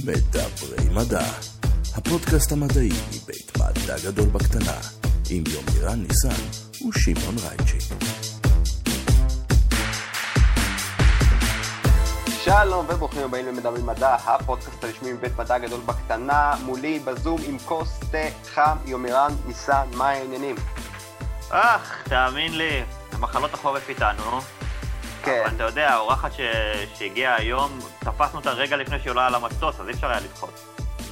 מדברי מדע, הפודקאסט המדעי מבית מדע גדול בקטנה, עם יומירן ניסן ושמעון רייצ'י. שלום וברוכים הבאים למדברי מדע, הפודקאסט הרשמי מבית מדע גדול בקטנה, מולי בזום עם כוס תה חם, יומירן ניסן, מה העניינים? תאמין לי, המחלות החורף איתנו. כן. אבל אתה יודע, האורחת שהגיעה היום, תפסנו אותה רגע לפני שהיא עולה על המטוס, אז אי אפשר היה לדחות.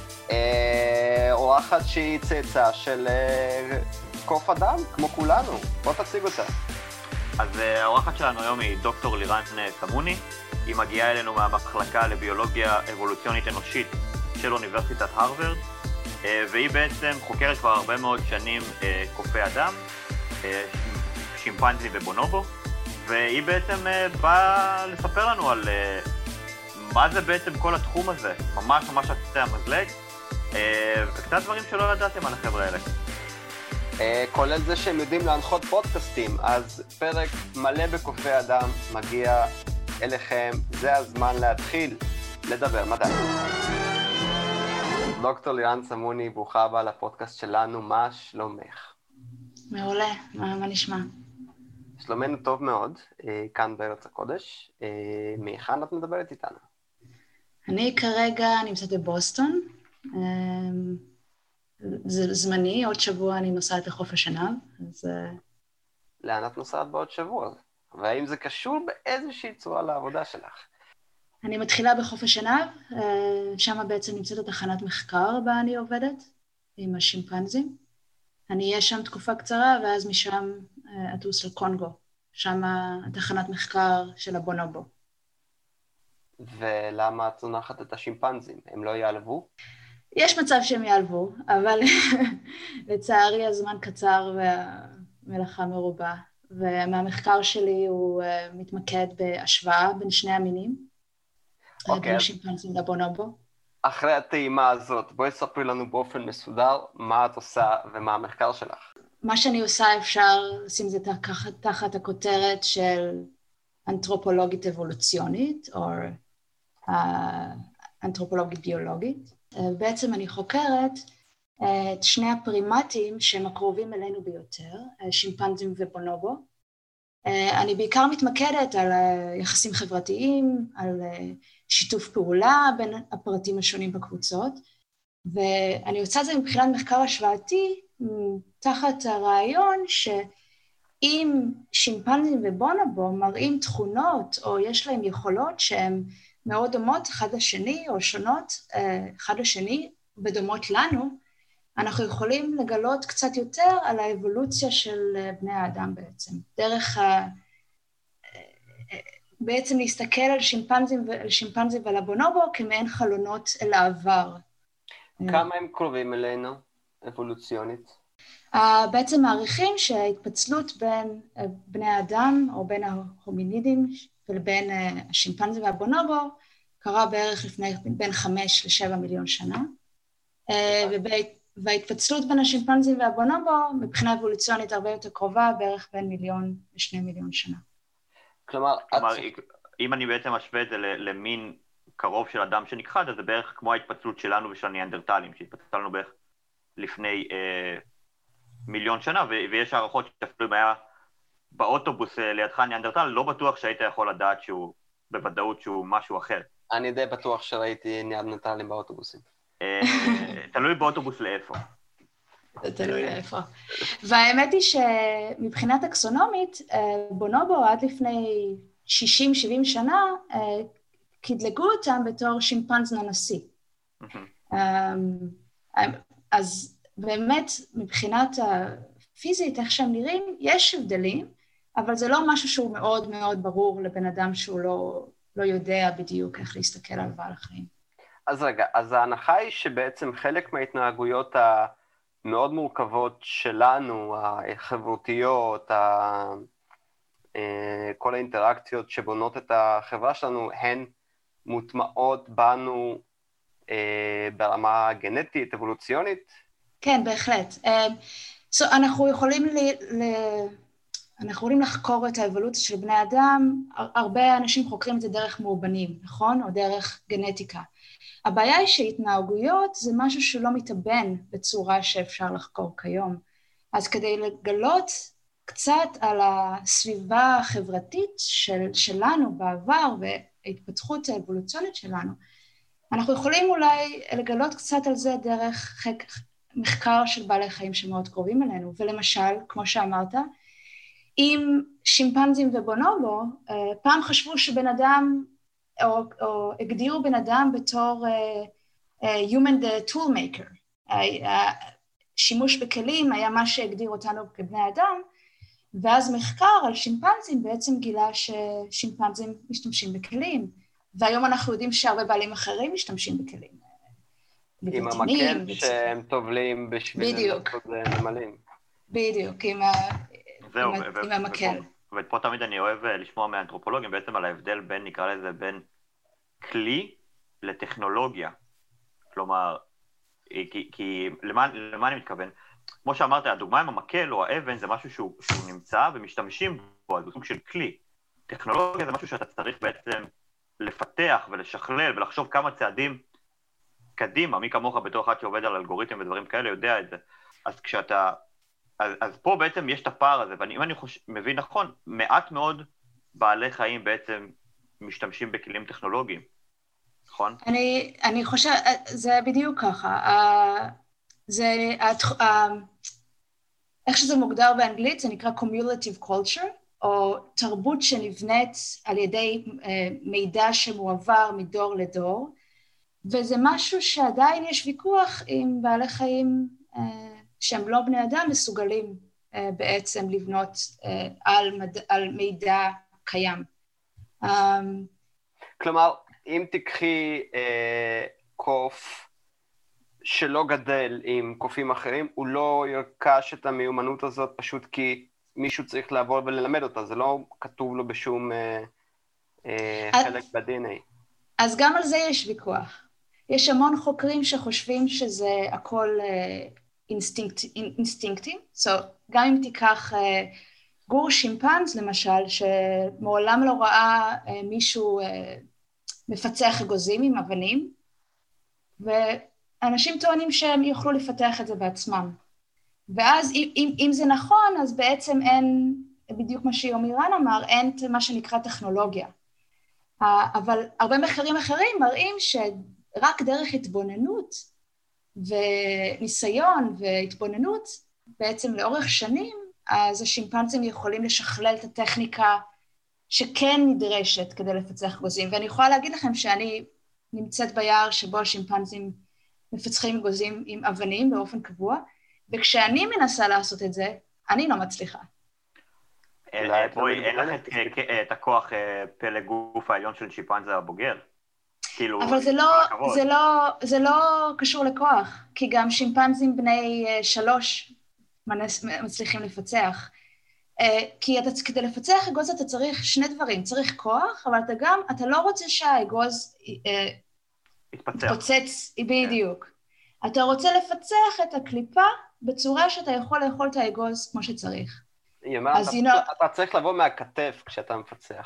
אורחת שהיא צאצא של קוף אדם, כמו כולנו. בוא תציג אותה. אז האורחת שלנו היום היא דוקטור לירן סמוני. היא מגיעה אלינו מהמחלקה לביולוגיה אבולוציונית אנושית של אוניברסיטת הרווארד, והיא בעצם חוקרת כבר הרבה מאוד שנים קופי אדם, שימפנזי ובונובו, והיא בעצם באה לספר לנו על מה זה בעצם כל התחום הזה, ממש על קצה המזלג, וקצת דברים שלא ידעתם על החבר'ה האלה. כולל זה שהם יודעים להנחות פודקאסטים, אז פרק מלא בקופי אדם מגיע אליכם, זה הזמן להתחיל לדבר מדע. דוקטור לירן סמוני, ברוכה הבאה לפודקאסט שלנו, מה שלומך? מעולה, מה נשמע? שלומנו טוב מאוד, כאן בארץ הקודש. מהיכן את מדברת איתנו? אני כרגע נמצאת בבוסטון, זה זמני, עוד שבוע אני נוסעת לחוף השנהב, אז... לאן את נוסעת בעוד שבוע? והאם זה קשור באיזושהי צורה לעבודה שלך? אני מתחילה בחוף השנהב, שם בעצם נמצאת התחנת מחקר בה אני עובדת, עם השימפנזים. אני אהיה שם תקופה קצרה, ואז משם אטוס לקונגו, שם התחנת מחקר של הבונובו. ולמה את זונחת את השימפנזים? הם לא יעלבו? יש מצב שהם יעלבו, אבל לצערי הזמן קצר והמלאכה מרובה. ומהמחקר שלי הוא מתמקד בהשוואה בין שני המינים, בין השימפנזים לבונובו. אחרי הטעימה הזאת, בואי ספרי לנו באופן מסודר מה את עושה ומה המחקר שלך. מה שאני עושה אפשר לשים את זה תחת הכותרת של אנתרופולוגית אבולוציונית, או אנתרופולוגית ביולוגית. בעצם אני חוקרת את שני הפרימטים שהם הקרובים אלינו ביותר, שימפנזים ובונובו. אני בעיקר מתמקדת על יחסים חברתיים, על שיתוף פעולה בין הפרטים השונים בקבוצות, ואני עושה את זה מבחינת מחקר השוואתי, תחת הרעיון שאם שימפנזים ובונובו מראים תכונות, או יש להם יכולות שהן מאוד דומות אחד לשני, או שונות אחד לשני, ודומות לנו, אנחנו יכולים לגלות קצת יותר על האבולוציה של בני האדם בעצם. דרך בעצם להסתכל על שימפנזים ועל הבונובו כמעין חלונות אל העבר. כמה הם קרובים אלינו, אבולוציונית? בעצם מעריכים שההתפצלות בין בני האדם או בין ההומינידים ובין השימפנזים והבונובו קרה בערך לפני בין 5 ל-7 מיליון שנה. וההתפצלות בין השימפנזים והבונובו מבחינה אבולוציונית הרבה יותר קרובה, בערך בין 1 מיליון ל-2 מיליון שנה. כלומר, אם אני בעצם משווה את זה למין קרוב של אדם שנכחד, אז זה בערך כמו ההתפצלות שלנו ושל הניאנדרטלים, שהתפצלנו בערך לפני 1,000,000 שנה, ויש הערכות שאפילו אם היה באוטובוס לידך ניאנדרטל, לא בטוח שהיית יכול לדעת שהוא, בוודאות שהוא משהו אחר. אני די בטוח שראיתי ניאנדרטלים באוטובוסים. תלוי באוטובוס לאיפה. תלוי לאיפה. והאמת היא שמבחינת אקסונומית, בונובו עד לפני 60-70 שנה, קדלגו אותם בתור שימפנז ננסי. אז באמת, מבחינת הפיזית, איך שהם נראים, יש הבדלים, אבל זה לא משהו שהוא מאוד מאוד ברור לבן אדם שהוא לא יודע בדיוק איך להסתכל על בעל החיים. אז רגע, אז ההנחה היא שבעצם חלק מההתנהגויות המאוד מורכבות שלנו, החברותיות, כל האינטראקציות שבונות את החברה שלנו, הן מוטמעות בנו ברמה גנטית, אבולוציונית? כן, בהחלט. אנחנו יכולים אנחנו יכולים לחקור את האבולוציה של בני אדם, הרבה אנשים חוקרים את זה דרך מאובנים, נכון? או דרך גנטיקה. הבעיה היא שהתנהגויות זה משהו שלא מתאבן בצורה שאפשר לחקור כיום. אז כדי לגלות קצת על הסביבה החברתית שלנו בעבר וההתפתחות האבולוציונית שלנו, אנחנו יכולים אולי לגלות קצת על זה דרך מחקר של בעלי חיים שמאוד קרובים אלינו, ולמשל, כמו שאמרת, עם שימפנזים ובונובו, פעם חשבו שבן אדם, או הגדירו בן אדם בתור human tool maker. שימוש בכלים היה מה שהגדיר אותנו כבני אדם, ואז מחקר על שימפנזים בעצם גילה ששימפנזים משתמשים בכלים, והיום אנחנו יודעים שהרבה בעלים אחרים משתמשים בכלים. עם המקל שהם טובלים בשביל לעשות נמלים. בדיוק, עם המקל. ופה תמיד אני אוהב לשמוע מהאנתרופולוגים בעצם על ההבדל בין, נקרא לזה, בין כלי לטכנולוגיה. כלומר, כי למה אני מתכוון? כמו שאמרת, הדוגמה עם המקל או האבן זה משהו שהוא נמצא ומשתמשים בו, זה סוג של כלי. טכנולוגיה זה משהו שאתה צריך בעצם לפתח ולשכלל ולחשוב כמה צעדים קדימה, מי כמוך בתור אחד שעובד על אלגוריתם ודברים כאלה יודע את זה. אז כשאתה, אז פה בעצם יש את הפער הזה, ואם אני מבין נכון, מעט מאוד בעלי חיים בעצם משתמשים בכלים טכנולוגיים, נכון? אני חושב, זה בדיוק ככה, זה, איך שזה מוגדר באנגלית, זה נקרא cumulative culture, או תרבות שנבנית על ידי מידע שמועבר מדור לדור, וזה משהו שעדיין יש ויכוח עם בעלי חיים שהם לא בני אדם מסוגלים בעצם לבנות על מידע קיים. כלומר, אם תקחי קוף שלא גדל עם קופים אחרים, הוא לא ירכש את המיומנות הזאת פשוט כי מישהו צריך לעבור וללמד אותה, זה לא כתוב לו בשום חלק ב-DNA. אז גם על זה יש ויכוח. יש המון חוקרים שחושבים שזה הכל אינסטינקטים, גם אם תיקח גור שימפנז למשל, שמעולם לא ראה מישהו מפצח אגוזים עם אבנים, ואנשים טוענים שהם יוכלו לפתח את זה בעצמם. ואז אם זה נכון, אז בעצם אין, בדיוק מה שיומירן אמר, אין מה שנקרא טכנולוגיה. אבל הרבה מחקרים אחרים מראים שרק דרך התבוננות וניסיון והתבוננות, בעצם לאורך שנים, אז השימפנזים יכולים לשכלל את הטכניקה שכן נדרשת כדי לפצח אגוזים. ואני יכולה להגיד לכם שאני נמצאת ביער שבו השימפנזים מפצחים אגוזים עם אבנים באופן קבוע, וכשאני מנסה לעשות את זה, אני לא מצליחה. בואי, אין לך את הכוח פלא גוף העליון של שימפנזה הבוגר. אבל זה לא קשור לכוח, כי גם שימפנזים בני 3 מצליחים לפצח. כי כדי לפצח אגוז אתה צריך 2 דברים, צריך כוח, אבל אתה לא רוצה שהאגוז יתפוצץ בדיוק. אתה רוצה לפצח את הקליפה בצורה שאתה יכול לאכול את האגוז כמו שצריך. אתה צריך לבוא מהכתף כשאתה מפצח.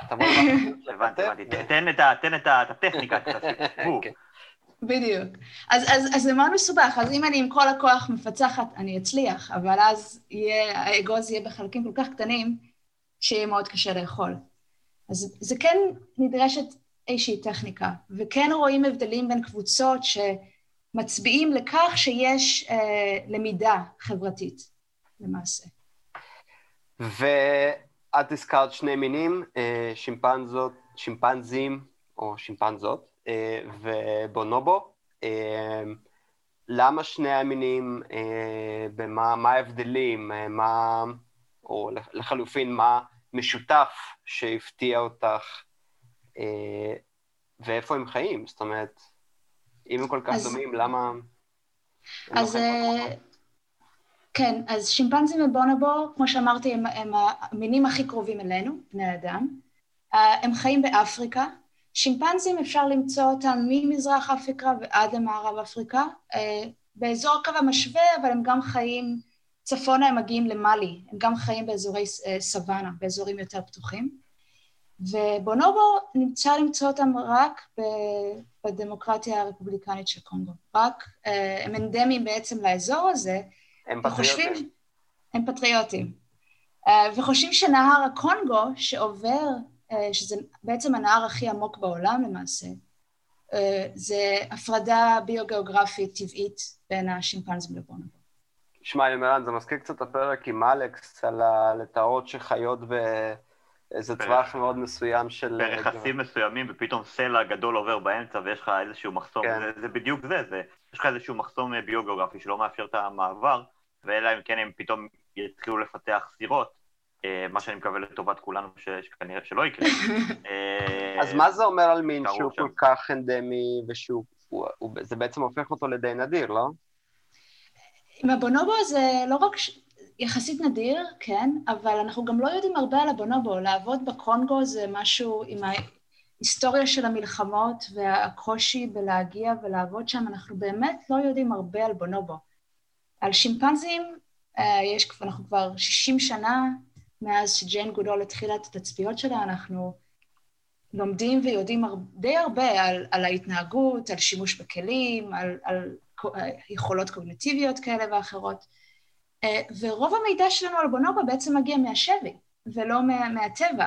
תן את הטכניקה. בדיוק. אז זה מאוד מסובך, אז אם אני עם כל הכוח מפצחת, אני אצליח, אבל אז האגוז יהיה בחלקים כל כך קטנים, שיהיה מאוד קשה לאכול. אז זה כן נדרשת איזושהי טכניקה, וכן רואים הבדלים בין קבוצות שמצביעים לכך שיש למידה חברתית, למעשה. ואת הזכרת 2 מינים, שימפנזים או שימפנזות, ובונובו. למה 2 המינים, מה ההבדלים, או לחלופין מה משותף שהפתיע אותך, ואיפה הם חיים? זאת אומרת, אם הם כל כך דומים, למה? אז כן, אז שימפנזים ובונובו, כמו שאמרתי, הם המינים הכי קרובים אלינו, בני אדם. הם חיים באפריקה. שימפנזים אפשר למצוא אותם ממזרח אפריקה ועד למערב אפריקה, באזור קו המשווה, אבל הם גם חיים צפונה הם מגיעים למאלי, הם גם חיים באזורי סוואנה, באזורים יותר פתוחים, ובונובו נמצא למצוא אותם רק בדמוקרטיה הרפובליקנית של קונגו. רק הם אנדמיים בעצם לאזור הזה, הם פטריוטים. הם פטריוטים. וחושבים שנהר הקונגו שעובר, שזה בעצם הנהר הכי עמוק בעולם למעשה, זה הפרדה ביוגיאוגרפית טבעית בין השימפנזים לבונובו. שמע, יומרן, זה מזכיר קצת הפרק עם אלכס על הלטאות שחיות באיזה טווח מאוד מסוים של... ברכסים מסוימים, ופתאום סלע גדול עובר באמצע ויש לך איזשהו מחסום, זה בדיוק זה, יש לך איזשהו מחסום ביוגיאוגרפי שלא מאפשר את המעבר, ואלה אם כן הם פתאום יתחילו לפתח סירות, מה שאני מקווה לטובת כולנו שכנראה שלא יקרה. אז מה זה אומר על מין שהוא כל כך אנדמי, וזה בעצם הופך אותו לדי נדיר, לא? עם הבונובו זה לא רק יחסית נדיר, כן, אבל אנחנו גם לא יודעים הרבה על הבונובו. לעבוד בקונגו זה משהו עם ההיסטוריה של המלחמות והקושי בלהגיע ולעבוד שם, אנחנו באמת לא יודעים הרבה על בונובו. על שימפנזים, אנחנו כבר 60 שנה מאז שג'יין גודול התחילה את התצפיות שלה, אנחנו לומדים ויודעים די הרבה על ההתנהגות, על שימוש בכלים, על יכולות קוגניטיביות כאלה ואחרות. ורוב המידע שלנו על בונובו בעצם מגיע מהשבי, ולא מהטבע.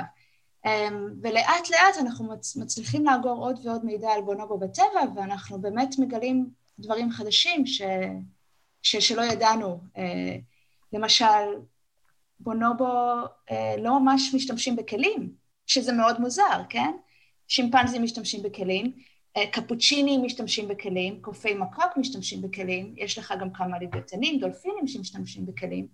ולאט לאט אנחנו מצליחים לאגור עוד ועוד מידע על בונובו בטבע, ואנחנו באמת מגלים דברים חדשים שלא ידענו. למשל, בונובו לא ממש משתמשים בכלים, שזה מאוד מוזר, כן? שימפנזים משתמשים בכלים, קפוצ'ינים משתמשים בכלים, קופי מקוק משתמשים בכלים, יש לך גם כמה לוויתנים, דולפינים שמשתמשים בכלים,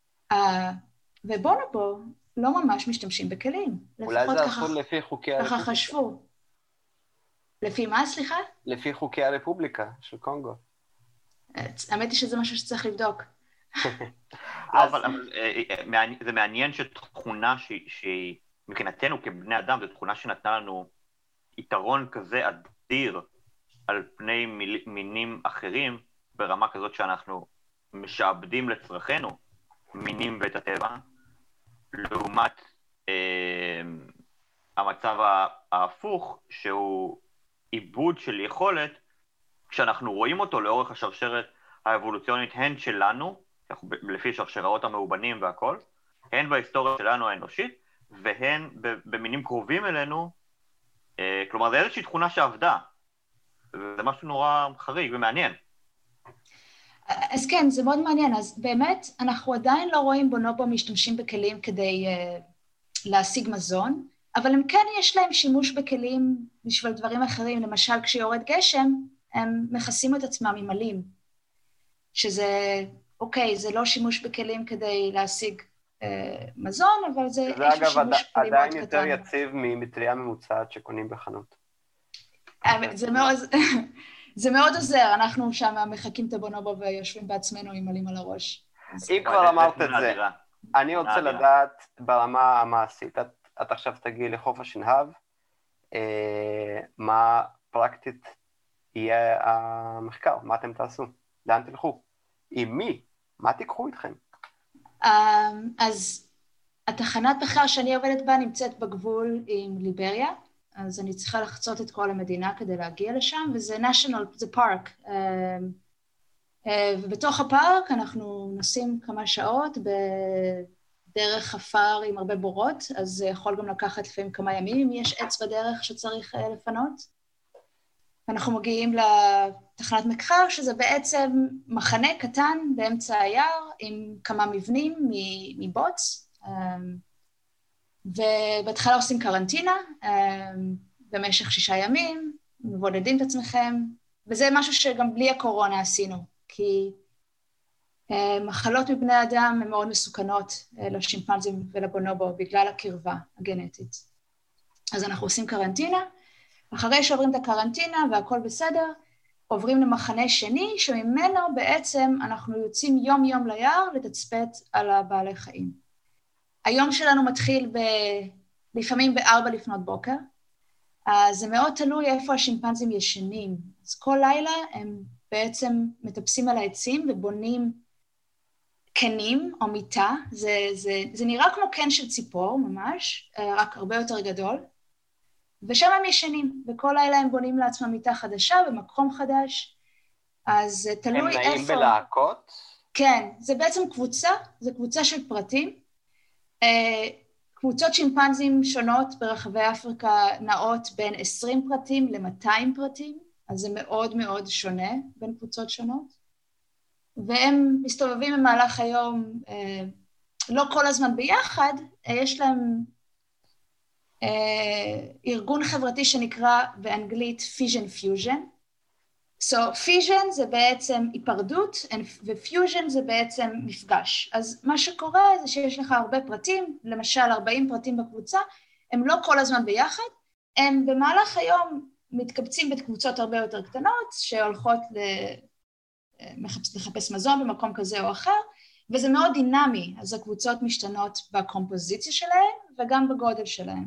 ובונובו לא ממש משתמשים בכלים. אולי זה אסור לפי חוקי הרפובליקה. ככה חשבו. לפי מה, סליחה? לפי חוקי הרפובליקה של קונגו. האמת היא שזה משהו שצריך לבדוק. אבל זה מעניין שתכונה שהיא, מבחינתנו כבני אדם, זו תכונה שנתנה לנו יתרון כזה אדיר על פני מינים אחרים, ברמה כזאת שאנחנו משעבדים לצרכנו מינים ואת הטבע, לעומת המצב ההפוך, שהוא עיבוד של יכולת, כשאנחנו רואים אותו לאורך השרשרת האבולוציונית, הן שלנו, לפי שרשראות המאובנים והכל, הן בהיסטוריה שלנו האנושית, והן במינים קרובים אלינו, כלומר, זה איזושהי תכונה שעבדה, זה משהו נורא חריג ומעניין. אז כן, זה מאוד מעניין, אז באמת אנחנו עדיין לא רואים בונובו משתמשים בכלים כדי להשיג מזון, אבל הם כן יש להם שימוש בכלים בשביל דברים אחרים, למשל כשיורד גשם, הם מכסים את עצמם עם עלים, שזה, אוקיי, זה לא שימוש בכלים כדי להשיג מזון, אבל זה איזשהו שימוש בכלים מאוד קטן. זה עדיין יותר יציב ממטריה ממוצעת שקונים בחנות. זה מאוד עוזר, אנחנו שם מחכים את הבונובו ויושבים בעצמנו עם עלים על הראש. אם כבר אמרת את זה, אני רוצה לדעת ברמה המעשית, את עכשיו תגיעי לחוף השנהב, מה פרקטית יהיה המחקר, מה אתם תעשו, לאן תלכו, עם מי, מה תיקחו איתכם? אז התחנת מחקר שאני עובדת בה נמצאת בגבול עם ליבריה, אז אני צריכה לחצות את כל המדינה כדי להגיע לשם, וזה national, זה פארק. ובתוך הפארק אנחנו נוסעים כמה שעות בדרך חפר עם הרבה בורות, אז זה יכול גם לקחת לפעמים כמה ימים, אם יש עץ בדרך שצריך לפנות. ואנחנו מגיעים לתחנת מחקר, שזה בעצם מחנה קטן באמצע היער, עם כמה מבנים מבוץ, ובהתחלה עושים קרנטינה, במשך 6 ימים, מבודדים את עצמכם, וזה משהו שגם בלי הקורונה עשינו, כי מחלות מבני אדם הן מאוד מסוכנות לשימפנזים ולבונובו, בגלל הקרבה הגנטית. אז אנחנו עושים קרנטינה, אחרי שעוברים את הקרנטינה והכל בסדר, עוברים למחנה שני, שממנו בעצם אנחנו יוצאים יום יום ליער לתצפת על הבעלי חיים. היום שלנו מתחיל לפעמים ב4 לפנות בוקר, אז זה מאוד תלוי איפה השימפנזים ישנים. אז כל לילה הם בעצם מטפסים על העצים ובונים קנים או מיטה, זה נראה כמו קן של ציפור ממש, רק הרבה יותר גדול, ושם הם ישנים, וכל לילה הם בונים לעצמם מיטה חדשה במקום חדש, אז תלוי איפה... הם נעים בלהקות? כן, זה בעצם קבוצה, זה קבוצה של פרטים. קבוצות שימפנזים שונות ברחבי אפריקה נעות בין 20 פרטים ל-200 פרטים, אז זה מאוד מאוד שונה בין קבוצות שונות. והם מסתובבים במהלך היום, לא כל הזמן ביחד, יש להם ארגון חברתי שנקרא באנגלית Fission Fusion. So, Fission זה בעצם היפרדות, ו-Fusion זה בעצם מפגש. אז מה שקורה זה שיש לך הרבה פרטים, למשל 40 פרטים בקבוצה, הם לא כל הזמן ביחד, הם במהלך היום מתקבצים בקבוצות הרבה יותר קטנות, שהולכות לחפש מזון במקום כזה או אחר, וזה מאוד דינמי, אז הקבוצות משתנות בקומפוזיציה שלהם וגם בגודל שלהם.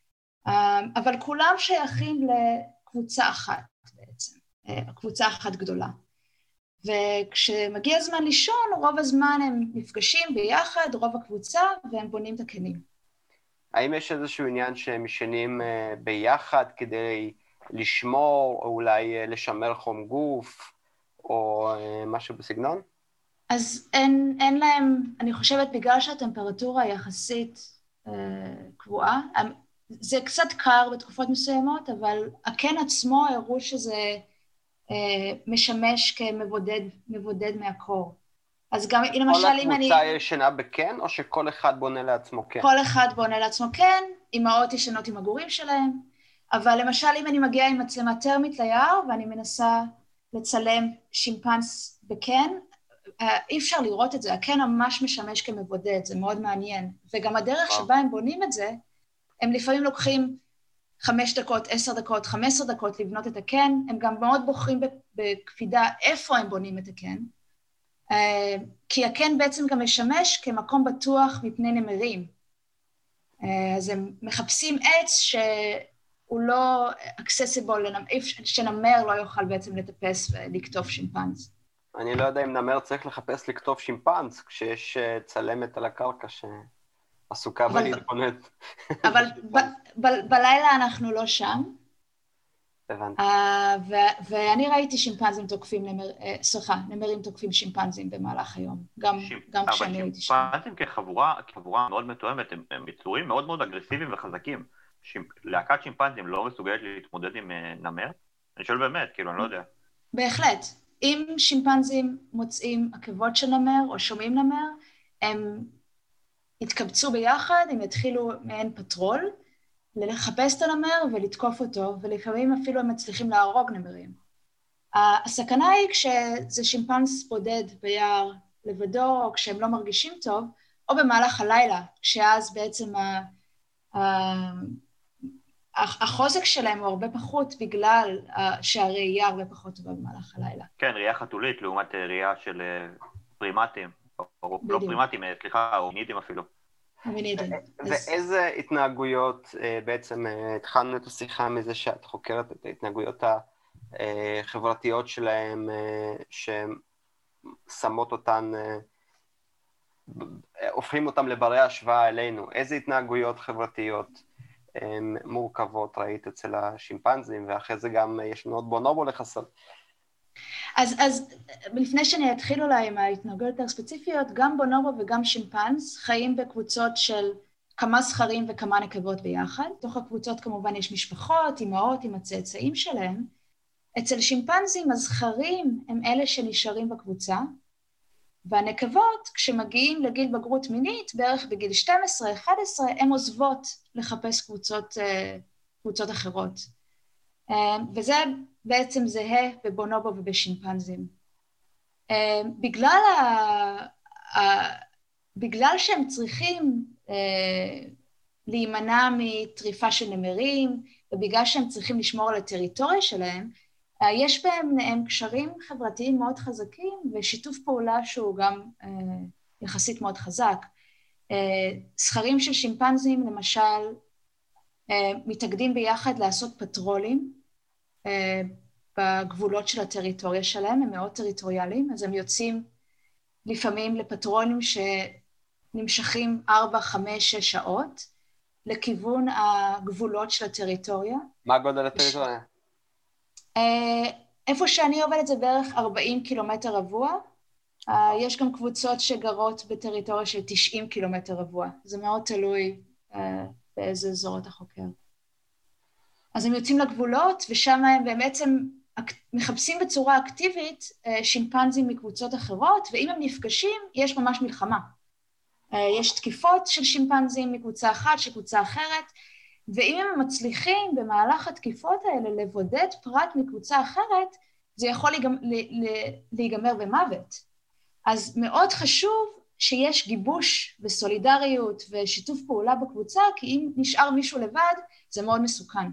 אבל כולם שייכים לקבוצה אחת בעצם, קבוצה אחת גדולה. וכשמגיע זמן לישון, רוב הזמן הם נפגשים ביחד, רוב הקבוצה, והם בונים את הקנים. האם יש איזשהו עניין שהם ישנים ביחד כדי לשמור, או אולי לשמר חום גוף, או משהו בסגנון? אז אין להם, אני חושבת בגלל שהטמפרטורה יחסית קבועה, זה קצת קר בתקופות מסוימות, אבל הקן עצמו הראו שזה משמש כמבודד מהקור. אז גם למשל אם אני... כל הקבוצה ישנה בקן, או שכל אחד בונה לעצמו קן? כל אחד בונה לעצמו קן, אמהות ישנות עם הגורים שלהם, אבל למשל אם אני מגיעה עם מצלמה טרמית ליער, ואני מנסה לצלם שימפנס בקן, אי אפשר לראות את זה, הקן ממש משמש כמבודד, זה מאוד מעניין, וגם הדרך שבה הם בונים את זה, הם לפעמים לוקחים 5 דקות, 10 דקות, 15 דקות לבנות את הקן, הם גם מאוד בוחרים בקפידה איפה הם בונים את הקן, כי הקן בעצם גם משמש כמקום בטוח מפני נמרים, אז הם מחפשים עץ שהוא לא accessible, שנמר לא יוכל בעצם לטפס ולקטוף שימפנס. אני לא יודע אם נמר צריך לחפש לקטוף שימפנס, כשיש צלמת על הקרקע שעסוקה בלהתבונן. אבל בלילה אנחנו לא שם. הבנתי. ואני ראיתי שימפנזים תוקפים, נמרים תוקפים שימפנזים במהלך היום, גם כשאני הייתי שם. אבל שימפנזים כחבורה מאוד מתואמת, הם יצורים מאוד מאוד אגרסיביים וחזקים. להקת שימפנזים לא מסוגלת להתמודד עם נמר? אני שואל באמת, כאילו, אני לא יודע. בהחלט. אם שימפנזים מוצאים עקבות של נמר או שומעים נמר, הם יתקבצו ביחד, הם יתחילו מעין פטרול, לחפש את הנמר ולתקוף אותו, ולפעמים אפילו הם מצליחים להרוג נמרים. הסכנה היא כשזה שימפנס בודד ביער לבדו, או כשהם לא מרגישים טוב, או במהלך הלילה, כשאז בעצם החוזק שלהם הוא הרבה פחות בגלל שהראייה הרבה פחות טובה במהלך הלילה. כן, ראייה חתולית לעומת ראייה של פרימטים, או לא פרימטים, סליחה, או מינידים אפילו. ואיזה התנהגויות, בעצם התחלנו את השיחה מזה שאת חוקרת את ההתנהגויות החברתיות שלהם, ששמות אותן, הופכים אותם לברי השוואה אלינו. איזה התנהגויות חברתיות מורכבות ראית אצל השימפנזים, ואחרי זה גם יש מאוד בונובו לחסות. אז לפני שאני אתחיל אולי עם ההתנהגויות יותר ספציפיות, גם בונובו וגם שימפנז חיים בקבוצות של כמה זכרים וכמה נקבות ביחד. בתוך הקבוצות כמובן יש משפחות, אמהות עם הצאצאים שלהם. אצל שימפנזים הזכרים הם אלה שנשארים בקבוצה, והנקבות כשמגיעים לגיל בגרות מינית, בערך בגיל 12-11, הן עוזבות לחפש קבוצות אחרות. וזה בעצם זהה בבונובו ובשימפנזים. בגלל שהם צריכים להימנע מטריפה של נמרים, ובגלל שהם צריכים לשמור על הטריטוריה שלהם, יש בהם קשרים חברתיים מאוד חזקים, ושיתוף פעולה שהוא גם יחסית מאוד חזק. זכרים של שימפנזים, למשל, מתאגדים ביחד לעשות פטרולים, בגבולות של הטריטוריה שלהם, הם מאוד טריטוריאליים, אז הם יוצאים לפעמים לפטרונים שנמשכים 4, 5, 6 שעות, לכיוון הגבולות של הטריטוריה. מה גודל הטריטוריה? איפה שאני עובדת זה בערך 40 קילומטר רבוע, יש גם קבוצות שגרות בטריטוריה של 90 קילומטר רבוע, זה מאוד תלוי באיזה אזור אתה חוקר. אז הם יוצאים לגבולות, ושם הם בעצם מחפשים בצורה אקטיבית שימפנזים מקבוצות אחרות, ואם הם נפגשים, יש ממש מלחמה. יש תקיפות של שימפנזים מקבוצה אחת, של קבוצה אחרת, ואם הם מצליחים במהלך התקיפות האלה לבודד פרט מקבוצה אחרת, זה יכול להיגמר במוות. אז מאוד חשוב שיש גיבוש וסולידריות ושיתוף פעולה בקבוצה, כי אם נשאר מישהו לבד, זה מאוד מסוכן.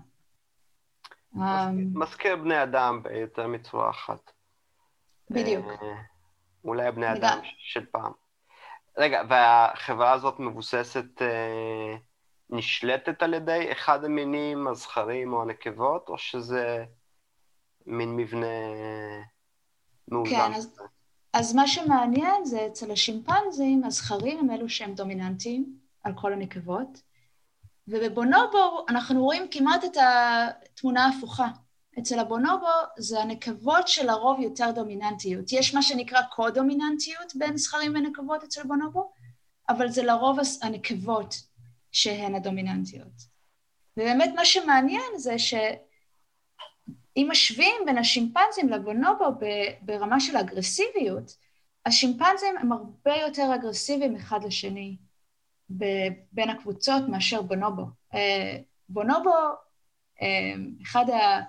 מזכיר בני אדם ביותר מצורה אחת. בדיוק. אולי בני אדם של פעם. רגע, והחברה הזאת מבוססת, נשלטת על ידי אחד המינים, הזכרים או הנקבות, או שזה מין מבנה מאוזן? כן, אז מה שמעניין זה אצל השימפנזים, הזכרים הם אלו שהם דומיננטיים על כל הנקבות, ובבונובו אנחנו רואים כמעט את התמונה ההפוכה. אצל הבונובו זה הנקבות שלרוב יותר דומיננטיות. יש מה שנקרא קו-דומיננטיות בין זכרים ונקבות אצל בונובו, אבל זה לרוב הנקבות שהן הדומיננטיות. ובאמת מה שמעניין זה שאם משווים בין השימפנזים לבונובו ברמה של אגרסיביות, השימפנזים הם הרבה יותר אגרסיביים אחד לשני בין הקבוצות מאשר בונובו. בונובו, אחד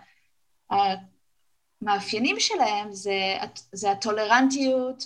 המאפיינים שלהם זה הטולרנטיות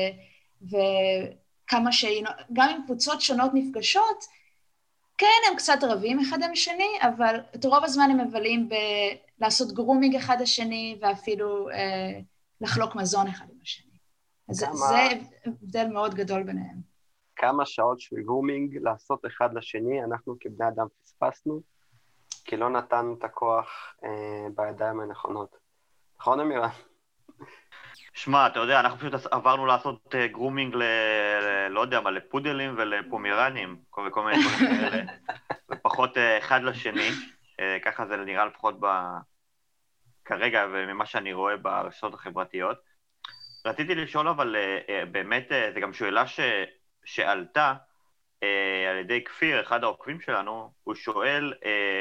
וכמה גם אם קבוצות שונות נפגשות, כן, הם קצת רבים אחד עם השני, אבל את רוב הזמן הם מבלים לעשות גרומינג אחד לשני, ואפילו לחלוק מזון אחד עם השני. אז זה הבדל מאוד גדול ביניהם. כמה שעות של גרומינג לעשות אחד לשני, אנחנו כבני אדם פספסנו, כי לא נתנו את הכוח בידיים הנכונות. נכון, אמירה? שמע, אתה יודע, אנחנו פשוט עברנו לעשות גרומינג לא יודע מה, לפודלים ולפומירנים, וכל מיני דברים כאלה, ופחות אחד לשני, ככה זה נראה לפחות כרגע, וממה שאני רואה ברשתות החברתיות. רציתי לשאול, אבל באמת, זו גם שאלה שעלתה על ידי כפיר, אחד העוקבים שלנו, הוא שואל,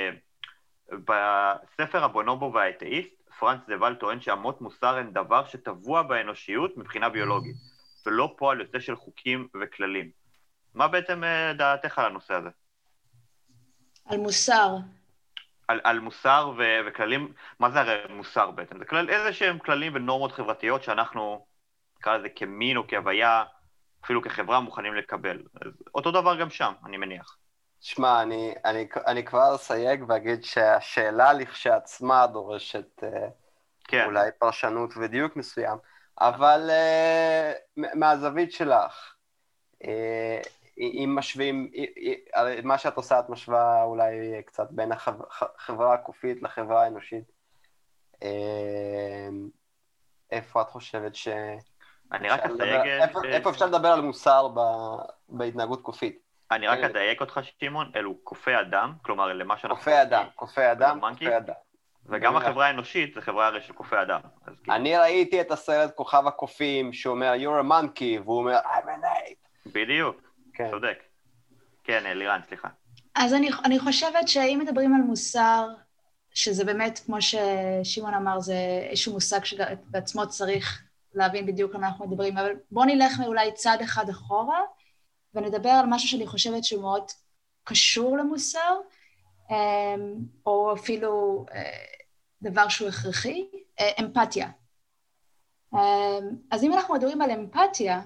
בספר הבונובו והאתאיסט, פרנץ דבל טוען שאמות מוסר הן דבר שטבוע באנושיות מבחינה ביולוגית, ולא פועל יוצא של חוקים וכללים. מה בעצם דעתך על הנושא הזה? על מוסר. על מוסר וכללים, מה זה הרי מוסר בעצם? זה איזה שהם כללים ונורמות חברתיות שאנחנו, נקרא לזה כמין או כהוויה, אפילו כחברה מוכנים לקבל. אז אותו דבר גם שם, אני מניח. שמע, אני כבר אסייג ואגיד שהשאלה לכשעצמה דורשת אולי פרשנות ודיוק מסוים, אבל מהזווית שלך, אם משווים, מה שאת עושה את משווה אולי קצת בין החברה הקופית לחברה האנושית, איפה את חושבת אני רק אסייג... איפה אפשר לדבר על מוסר בהתנהגות קופית? אני רק אדייק אותך, שימון, אלו קופי אדם, כלומר, למה שאנחנו... קופי אדם. וגם החברה האנושית זה חברה הרי של קופי אדם. אני ראיתי את הסרט כוכב הקופים, שהוא אומר, you're a monkey, והוא אומר, I'm an ape. בדיוק, צודק. כן, לירן, סליחה. אז אני חושבת שאם מדברים על מוסר, שזה באמת, כמו ששימון אמר, זה איזשהו מושג שבעצמו צריך להבין בדיוק על מה אנחנו מדברים, אבל בואו נלך אולי צעד אחד אחורה, ונדבר על משהו שאני חושבת שהוא מאוד קשור למוסר, או אפילו דבר שהוא הכרחי, אמפתיה. אז אם אנחנו מדברים על אמפתיה,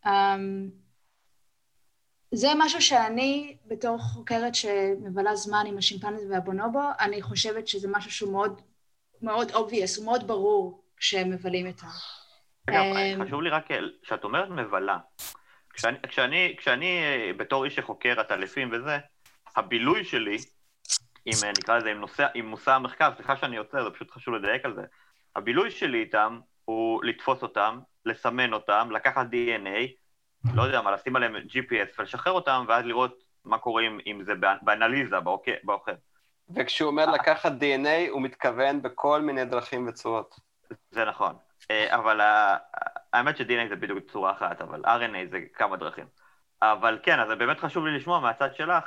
זה משהו שאני, בתור חוקרת שמבלה זמן עם השימפנזים והבונובו, אני חושבת שזה משהו שהוא מאוד, מאוד obvious, הוא מאוד ברור כשמבלים איתם. אגב, חשוב לי רק, שאת אומרת מבלה, כשאני בתור איש שחוקר עטלפים וזה, הבילוי שלי, אם נקרא לזה, עם מושא המחקר, סליחה שאני יוצא, זה פשוט חשוב לדייק על זה, הבילוי שלי איתם הוא לתפוס אותם, לסמן אותם, לקחת DNA, לא יודע מה, לשים עליהם GPS ולשחרר אותם, ואז לראות מה קורה אם זה באנליזה, באוכל. וכשהוא אומר לקחת DNA, הוא מתכוון בכל מיני דרכים וצורות. זה נכון. אבל האמת ש-DNA זה בדיוק צורה אחת, אבל RNA זה כמה דרכים. אבל כן, אז זה באמת חשוב לי לשמוע מהצד שלך,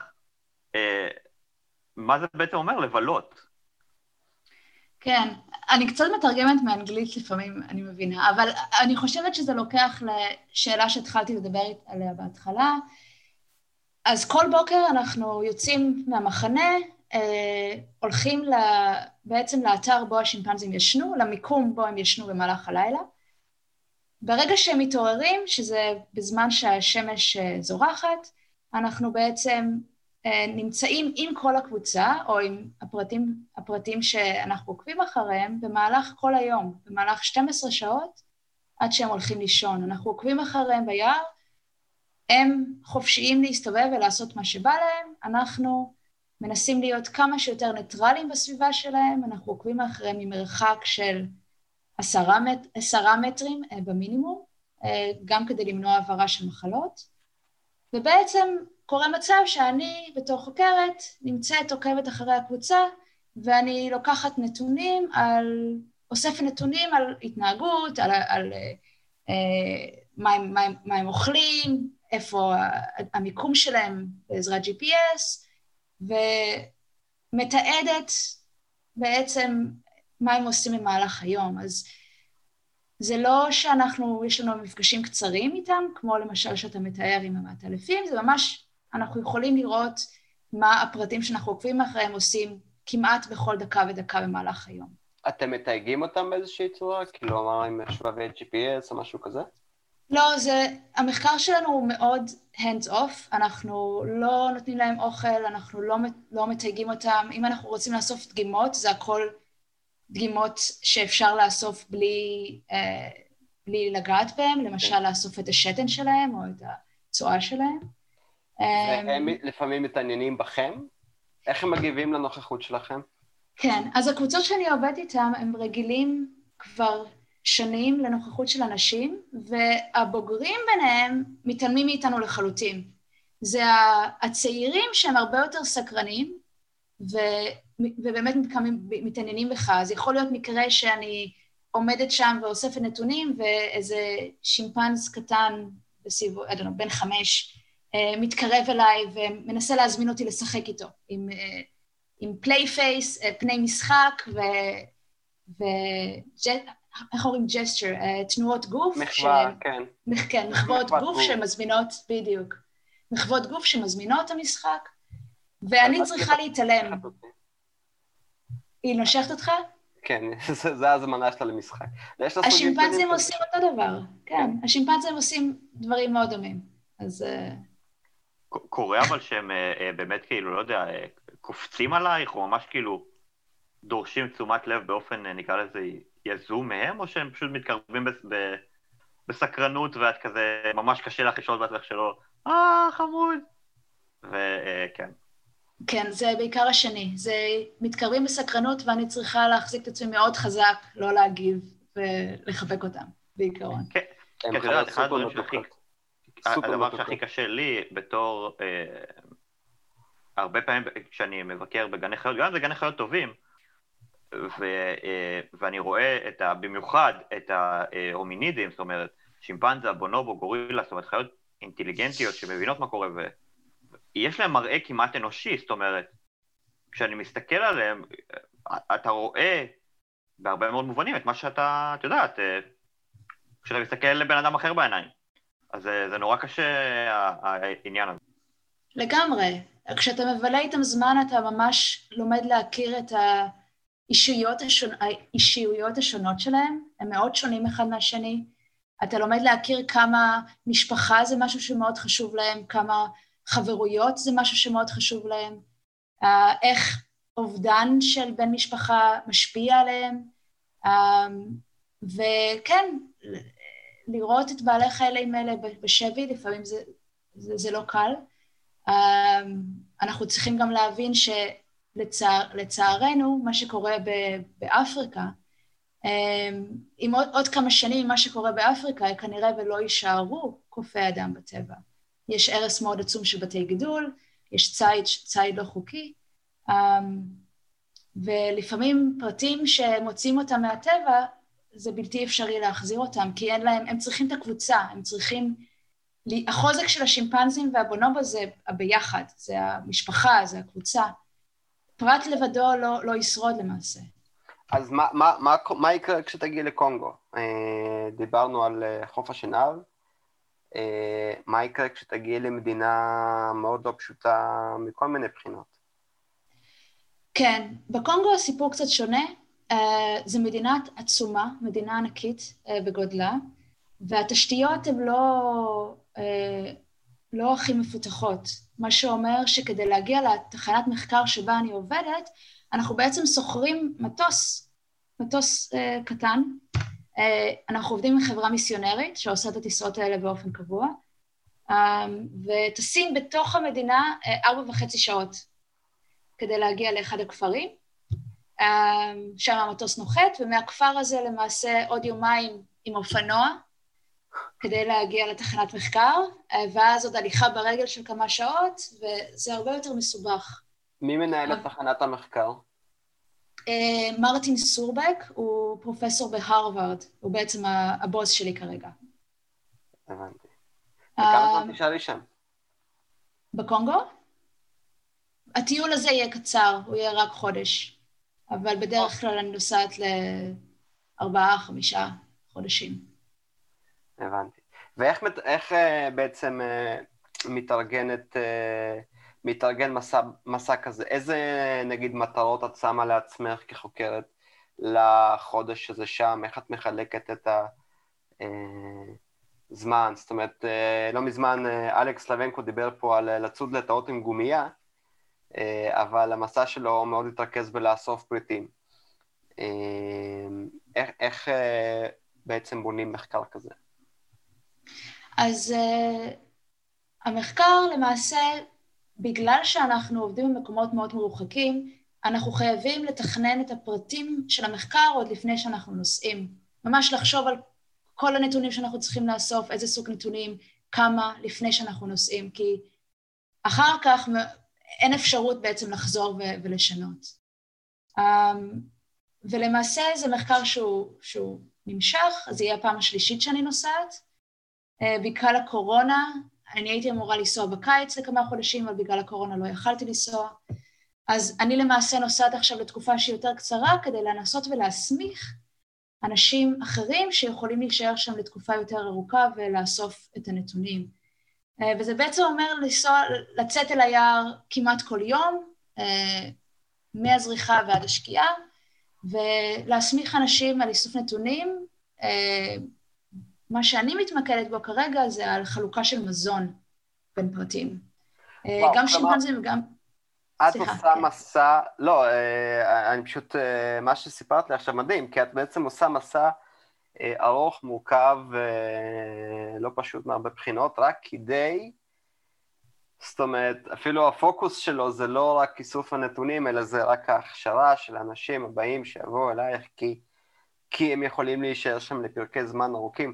מה זה בעצם אומר לבלות? כן, אני קצת מתרגמת מאנגלית לפעמים, אני מבינה, אבל אני חושבת שזה לוקח לשאלה שהתחלתי לדבר עליה בהתחלה. אז כל בוקר אנחנו יוצאים מהמחנה, הולכים בעצם לאתר בו השימפנזים ישנו, למיקום בו הם ישנו במהלך הלילה. ברגע שהם מתעוררים, שזה בזמן שהשמש זורחת, אנחנו בעצם נמצאים עם כל הקבוצה, או עם הפרטים שאנחנו עוקבים אחריהם, במהלך כל היום, במהלך 12 שעות, עד שהם הולכים לישון. אנחנו עוקבים אחריהם ביער, הם חופשיים להסתובב ולעשות מה שבא להם, אנחנו מנסים להיות כמה שיותר ניטרלים בסביבה שלהם, אנחנו עוקבים אחריהם ממרחק של 10 מטרים במינימום, גם כדי למנוע העברה של מחלות, ובעצם קורה מצב שאני בתור חוקרת נמצאת עוקבת אחרי הקבוצה, ואני לוקחת נתונים אוספת נתונים על התנהגות, על מה הם אוכלים, איפה המיקום שלהם בעזרת GPS, ומתעדת בעצם מה הם עושים במהלך היום. אז זה לא יש לנו מפגשים קצרים איתם, כמו למשל שאתה מתאר עם המעטלפים, זה ממש, אנחנו יכולים לראות מה הפרטים שאנחנו עוקבים אחריהם עושים כמעט בכל דקה ודקה במהלך היום. אתם מתייגים אותם באיזושהי צורה? כאילו אמר עם שבבי GPS או משהו כזה? לא, המחקר שלנו הוא מאוד hands off, אנחנו לא נותנים להם אוכל, אנחנו לא מתייגים אותם, אם אנחנו רוצים לאסוף דגימות, זה הכל דגימות שאפשר לאסוף בלי לגעת בהם, למשל לאסוף את השתן שלהם או את הצואה שלהם. והם לפעמים מתעניינים בכם? איך הם מגיבים לנוכחות שלכם? כן, אז הקבוצות שאני עובדת איתם הם רגילים כבר שנים לנוכחות של אנשים, והבוגרים ביניהם מתעלמים מאיתנו לחלוטין. זה הצעירים שהם הרבה יותר סקרנים, ובאמת מתעניינים בך. אז יכול להיות מקרה שאני עומדת שם ואוספת נתונים, ואיזה שימפנז קטן בסביבו, בן 5, מתקרב אליי ומנסה להזמין אותי לשחק איתו, עם פליי פייס, פני משחק, איך אומרים ג'סטר, תנועות גוף. מחווה, כן. כן, מחוות גוף שמזמינות, בדיוק. מחוות גוף שמזמינות את המשחק, ואני צריכה להתעלם. היא נושכת אותך? כן, זה הזמנה שלה למשחק. השימפנזים עושים אותו דבר, כן. השימפנזים עושים דברים מאוד דומים, אז... קורה אבל שהם באמת כאילו, לא יודע, קופצים עלייך, או ממש כאילו דורשים תשומת לב באופן, נקרא לזה, יזום מהם, או שהם פשוט מתקרבים בסקרנות, ואת כזה, ממש קשה לך לשאול בעצמך שלא, חמוד. וכן. כן, זה בעיקר השני. זה מתקרבים בסקרנות, ואני צריכה להחזיק את עצמי מאוד חזק, לא להגיב ולחבק אותם, בעיקרון. כן, כי אתה יודעת, אחד הדבר שהכי קשה לי, בתור, הרבה פעמים כשאני מבקר בגני חיות, גם זה גני חיות טובים, ואני רואה במיוחד את ההומינידים, זאת אומרת, שימפנזה, בונובו, גורילה, זאת אומרת, חיות אינטליגנטיות שמבינות מה קורה, ויש להם מראה כמעט אנושי, זאת אומרת, כשאני מסתכל עליהם, אתה רואה בהרבה מאוד מובנים את מה שאתה, את יודעת, כשאתה מסתכל לבן אדם אחר בעיניים. אז זה נורא קשה, העניין הזה. לגמרי. כשאתה מבלה איתם זמן, אתה ממש לומד להכיר את האישיויות השונות שלהם, הם מאוד שונים אחד מהשני. אתה לומד להכיר כמה משפחה זה משהו שמאוד חשוב להם, כמה חברויות זה משהו שמאוד חשוב להם, איך אובדן של בן משפחה משפיע עליהם, וכן, לראות את בעלי חיילים האלה בשבי, לפעמים זה לא קל. אנחנו צריכים גם להבין שלצערנו, מה שקורה באפריקה, עם עוד כמה שנים מה שקורה באפריקה, כנראה ולא יישארו קופי אדם בטבע. יש הרס מאוד עצום של בתי גידול, יש ציד לא חוקי, ולפעמים פרטים שמוצאים אותם מהטבע, זה בלתי אפשרי להחזיר אותם, כי אין להם, הם צריכים את הקבוצה, הם צריכים, החוזק של השימפנזים והבונובו זה הביחד, זה המשפחה, זה הקבוצה. פרט לבדו לא ישרוד למעשה. אז מה יקרה כשתגיע לקונגו? דיברנו על חוף השנהב, מה יקרה כשתגיע למדינה מאוד לא פשוטה מכל מיני בחינות? כן, בקונגו הסיפור קצת שונה, זו מדינה עצומה, מדינה ענקית בגודלה, והתשתיות הן לא הכי מפותחות, מה שאומר שכדי להגיע לתחנת מחקר שבה אני עובדת, אנחנו בעצם שוכרים מטוס קטן, אנחנו עובדים עם חברה מיסיונרית שעושה את הטיסות האלה באופן קבוע, וטסים בתוך המדינה 4.5 שעות כדי להגיע לאחד הכפרים, שם המטוס נוחת, ומהכפר הזה למעשה עוד יומיים עם אופנוע, כדי להגיע לתחנת מחקר, ואז עוד הליכה ברגל של כמה שעות, וזה הרבה יותר מסובך. מי מנהל את תחנת המחקר? מרטין סורבק, הוא פרופסור בהרווארד, הוא בעצם הבוס שלי כרגע. הבנתי. וכמה זמן תשארי שם? בקונגו? הטיול הזה יהיה קצר, הוא יהיה רק חודש, אבל בדרך כלל אני נוסעת ל4-5 חודשים. הבנתי. ואיך בעצם מתארגן מסע כזה? איזה, נגיד, מטרות את שמה לעצמך כחוקרת לחודש הזה שם? איך את מחלקת את הזמן? זאת אומרת, לא מזמן אלכס לבנקו דיבר פה על לצוד לטאות עם גומייה, אבל המסע שלו מאוד התרכז בלאסוף פריטים. איך בעצם בונים מחקר כזה? אז המחקר למעשה, בגלל שאנחנו עובדים במקומות מאוד מרוחקים, אנחנו חייבים לתכנן את הפרטים של המחקר עוד לפני שאנחנו נוסעים. ממש לחשוב על כל הנתונים שאנחנו צריכים לאסוף, איזה סוג נתונים, כמה לפני שאנחנו נוסעים, כי אחר כך אין אפשרות בעצם לחזור ולשנות. ולמעשה זה מחקר שהוא נמשך, אז זה יהיה הפעם השלישית שאני נוסעת. בגלל הקורונה, אני הייתי אמורה לנסוע בקיץ לכמה חודשים, אבל בגלל הקורונה לא יכלתי לנסוע. אז אני למעשה נוסעת עכשיו לתקופה שהיא יותר קצרה, כדי לנסות ולהסמיך אנשים אחרים שיכולים להישאר שם לתקופה יותר ארוכה ולאסוף את הנתונים. וזה בעצם אומר לצאת אל היער כמעט כל יום, מהזריחה ועד השקיעה, ולהסמיך אנשים על איסוף נתונים. מה שאני מתמקדת בו כרגע זה על חלוקה של מזון בין פרטים. גם שימפנזים וגם... את עושה מסע, לא, אני פשוט, מה שסיפרת לי עכשיו מדהים, כי את בעצם עושה מסע ארוך, מורכב, לא פשוט מהרבה בחינות, רק כדי, זאת אומרת, אפילו הפוקוס שלו זה לא רק איסוף הנתונים, אלא זה רק ההכשרה של האנשים הבאים שיבואו אלייך, כי הם יכולים להישאר שם לפרקי זמן ארוכים.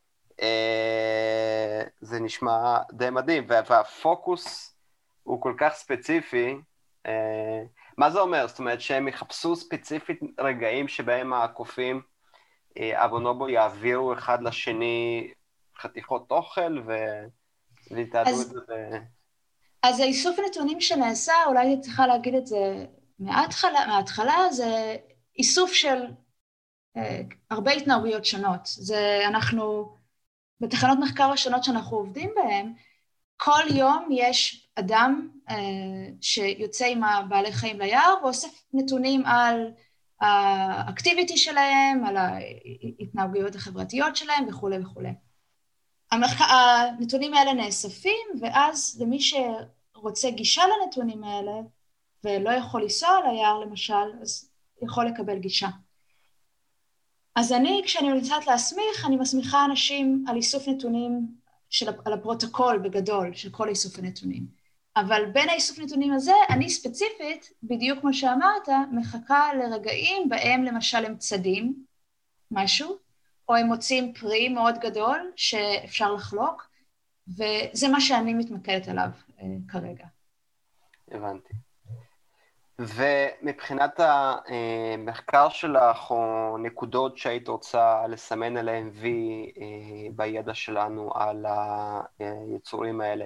זה נשמע די מדהים, והפוקוס הוא כל כך ספציפי. מה זה אומר? זאת אומרת שהם יחפשו ספציפית רגעים שבהם הקופים הבונובו יעבירו אחד לשני חתיכות אוכל ויתעדו את זה. אז האיסוף הנתונים שנעשה, אולי אני צריכה להגיד את זה מההתחלה, זה איסוף של הרבה התנהגויות שונות. זה אנחנו, בתחנות מחקר השונות שאנחנו עובדים בהן, כל יום יש אדם שיוצא עם הבעלי חיים ליער, ואוסף נתונים על האקטיביטי שלהם, על ההתנהגויות החברתיות שלהם וכו' וכו'. הנתונים האלה נאספים, ואז למי שרוצה גישה לנתונים האלה, ולא יכול לנסוע ליער למשל, אז יכול לקבל גישה. אז כשאני נמצאת להסמיך, אני מסמיכה אנשים על איסוף נתונים, על הפרוטוקול בגדול של כל איסוף הנתונים. אבל בין האיסוף נתונים הזה, אני ספציפית, בדיוק כמו שאמרת, מחכה לרגעים בהם למשל הם צדים, משהו, או הם מוצאים פרי מאוד גדול שאפשר לחלוק, וזה מה שאני מתמקדת עליו כרגע. הבנתי. ומבחינת המחקר שלך, או נקודות שהיית רוצה לסמן עליהן וי בידע שלנו על היצורים האלה,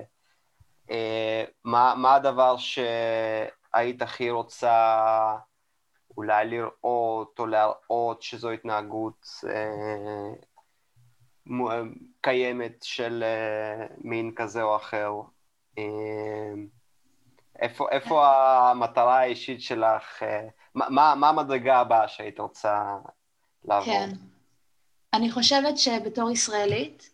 מה הדבר שהיית הכי רוצה אולי לראות או להראות שזו התנהגות קיימת של מין כזה או אחר? איפה המטרה האישית שלך? מה המדרגה הבאה שהיית רוצה לעבור? כן. אני חושבת שבתור ישראלית,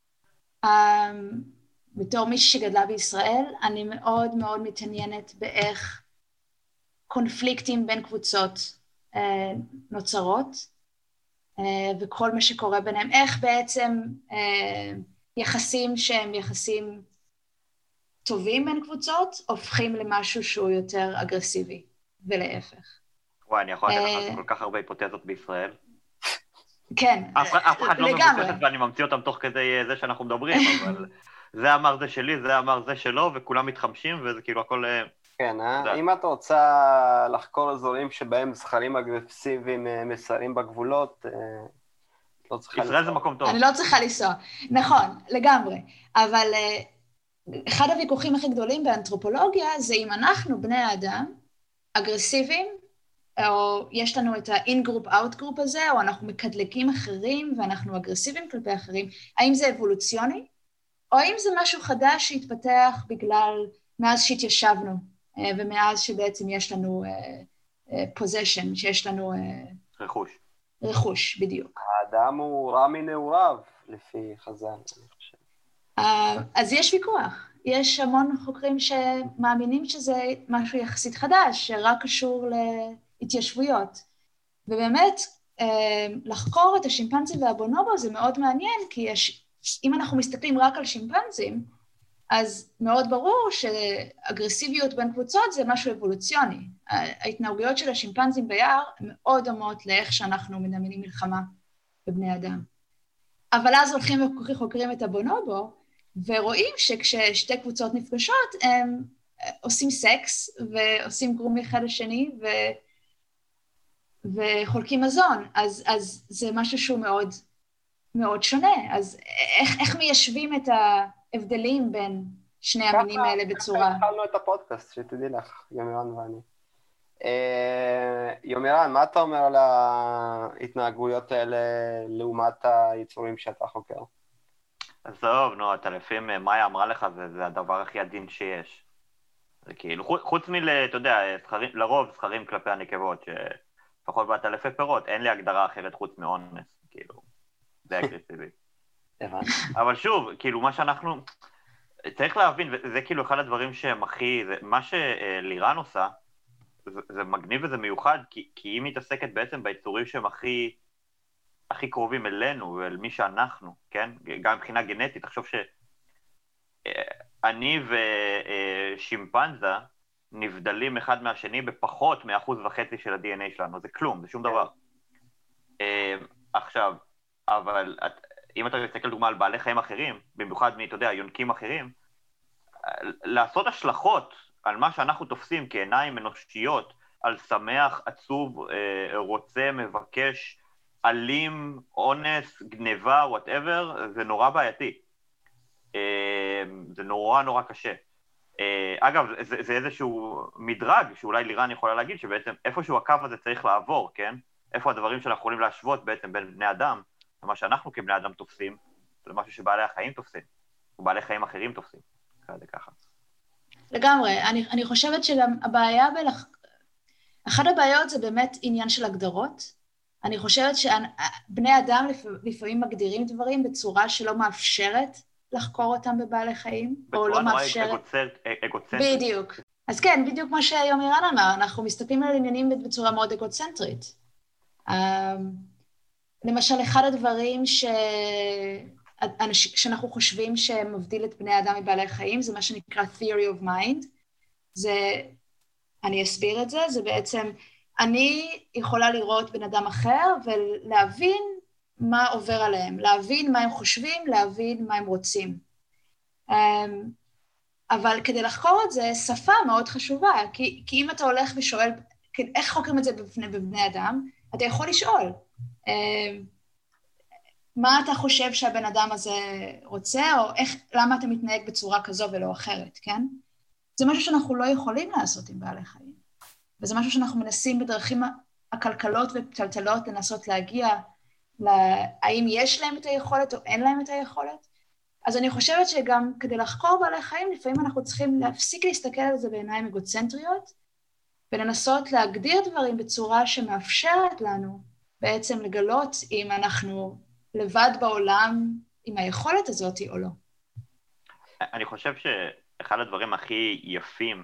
בתור מישהי שגדלה בישראל, אני מאוד מאוד מתעניינת באיך קונפליקטים בין קבוצות נוצרות, וכל מה שקורה ביניהם, איך בעצם יחסים שהם יחסים טובים בין קבוצות, הופכים למשהו שהוא יותר אגרסיבי, ולהפך. וואי, אני יכול לתת לך כל כך הרבה היפותזות בישראל. כן, אף אחד לא לגמרי. מבוססת ואני ממציא אותם תוך כדי זה שאנחנו מדברים, אבל זה אמר זה שלי, זה אמר זה שלו, וכולם מתחמשים, וזה כאילו הכל... כן, אם אתה רוצה לחקור אזורים שבהם זכרים אגרסיביים מסיירים בגבולות, לא צריכה לנסוע. ישראל זה מקום טוב. אני לא צריכה לנסוע. נכון, לגמרי. אבל אחד הוויכוחים הכי גדולים באנתרופולוגיה זה אם אנחנו, בני האדם, אגרסיביים, או יש לנו את ה-in-group, out-group הזה, או אנחנו מקדלקים אחרים ואנחנו אגרסיביים כלפי אחרים, האם זה אבולוציוני, או האם זה משהו חדש שהתפתח בגלל מאז שהתיישבנו, ומאז שבעצם יש לנו possession, שיש לנו... רכוש. רכוש, בדיוק. האדם הוא רע מנעוריו, לפי חז"ל, אני חושב. אז יש ויכוח. יש המון חוקרים שמאמינים שזה משהו יחסית חדש, שרק קשור להתיישבויות. ובאמת, לחקור את השימפנזים והבונובו זה מאוד מעניין, כי אם אנחנו מסתכלים רק על שימפנזים, אז מאוד ברור שאגרסיביות בין קבוצות זה משהו אבולוציוני. ההתנהגויות של השימפנזים ביער מאוד דומות לאיך שאנחנו מדמיינים מלחמה בבני אדם. אבל אז הולכים וחוקרים את הבונובו, ורואים שכששתי קבוצות נפגשות, הם עושים סקס, ועושים גרום אחד לשני, וחולקים מזון. אז זה משהו שהוא מאוד, מאוד שונה. אז איך מיישבים את ההבדלים בין שני המינים האלה בצורה? ככה התחלנו את הפודקאסט, שתדעי לך, יומירן ואני. יומירן, מה אתה אומר על ההתנהגויות האלה לעומת היצורים שאתה חוקר? עזוב, נו, אתה לפעמים, מאיה אמרה לך, זה הדבר הכי עדין שיש. זה כאילו, חוץ אתה יודע, לרוב זכרים כלפי הנקבות, שפחות בעטלפי פירות, אין לי הגדרה אחרת חוץ מאונס, כאילו, זה אגרסיבי. אבל שוב, כאילו, מה שאנחנו, צריך להבין, וזה כאילו אחד הדברים שהם הכי, מה שלירן עושה, זה מגניב וזה מיוחד, כי היא מתעסקת בעצם ביצורים שהם הכי קרובים אלינו ואל מי שאנחנו, כן? גם מבחינה גנטית, תחשוב שאני ושימפנזה נבדלים אחד מהשני בפחות מ1.5% של ה-DNA שלנו, זה כלום, זה שום דבר. עכשיו, אבל אם אתה מסתכל דוגמה על בעלי חיים אחרים, במיוחד אתה יודע, יונקים אחרים, לעשות השלכות על מה שאנחנו תופסים כעיניים אנושיות, על שמח, עצוב, רוצה, מבקש, אלים, אונס, גניבה, whatever, זה נורא בעייתי. זה נורא נורא קשה. אגב, זה איזשהו מדרג שאולי לירן יכולה להגיד, שבעצם איפשהו הקו הזה צריך לעבור, כן? איפה הדברים שאנחנו יכולים להשוות בעצם בין בני אדם, ומה שאנחנו כבני אדם תופסים, זה משהו שבעלי החיים תופסים, ובעלי חיים אחרים תופסים. זה ככה. לגמרי. אני חושבת שגם הבעיה אחת הבעיות זה באמת עניין של הגדרות. אני חושבת שבני אדם לפעמים מגדירים דברים בצורה שלא מאפשרת לחקור אותם בבעלי חיים, או לא מאפשרת... אגוצנטרית. בדיוק. אז כן, בדיוק כמו שיומירן אמר, אנחנו מסתכלים על עניינים בצורה מאוד אגוצנטרית. למשל, אחד הדברים שאנחנו חושבים שמבדיל את בני האדם מבעלי חיים, זה מה שנקרא theory of mind. אני אסביר את זה, זה בעצם, אני יכולה לראות בן אדם אחר ולהבין מה עובר עליהם, להבין מה הם חושבים, להבין מה הם רוצים. אבל כדי לחקור את זה, שפה מאוד חשובה, כי אם אתה הולך ושואל, איך חוקרים את זה בבני אדם, אתה יכול לשאול, מה אתה חושב שהבן אדם הזה רוצה, או למה אתה מתנהג בצורה כזו ולא אחרת, כן? זה משהו שאנחנו לא יכולים לעשות עם בעלי חיים. וזה משהו שאנחנו מנסים בדרכים הכלכלות ופתלתלות לנסות להגיע, האם יש להם את היכולת או אין להם את היכולת. אז אני חושבת שגם כדי לחקור בעלי חיים, לפעמים אנחנו צריכים להפסיק להסתכל על זה בעיניים אגוצנטריות, ולנסות להגדיר דברים בצורה שמאפשרת לנו בעצם לגלות אם אנחנו לבד בעולם עם היכולת הזאת או לא. אני חושב שאחד הדברים הכי יפים,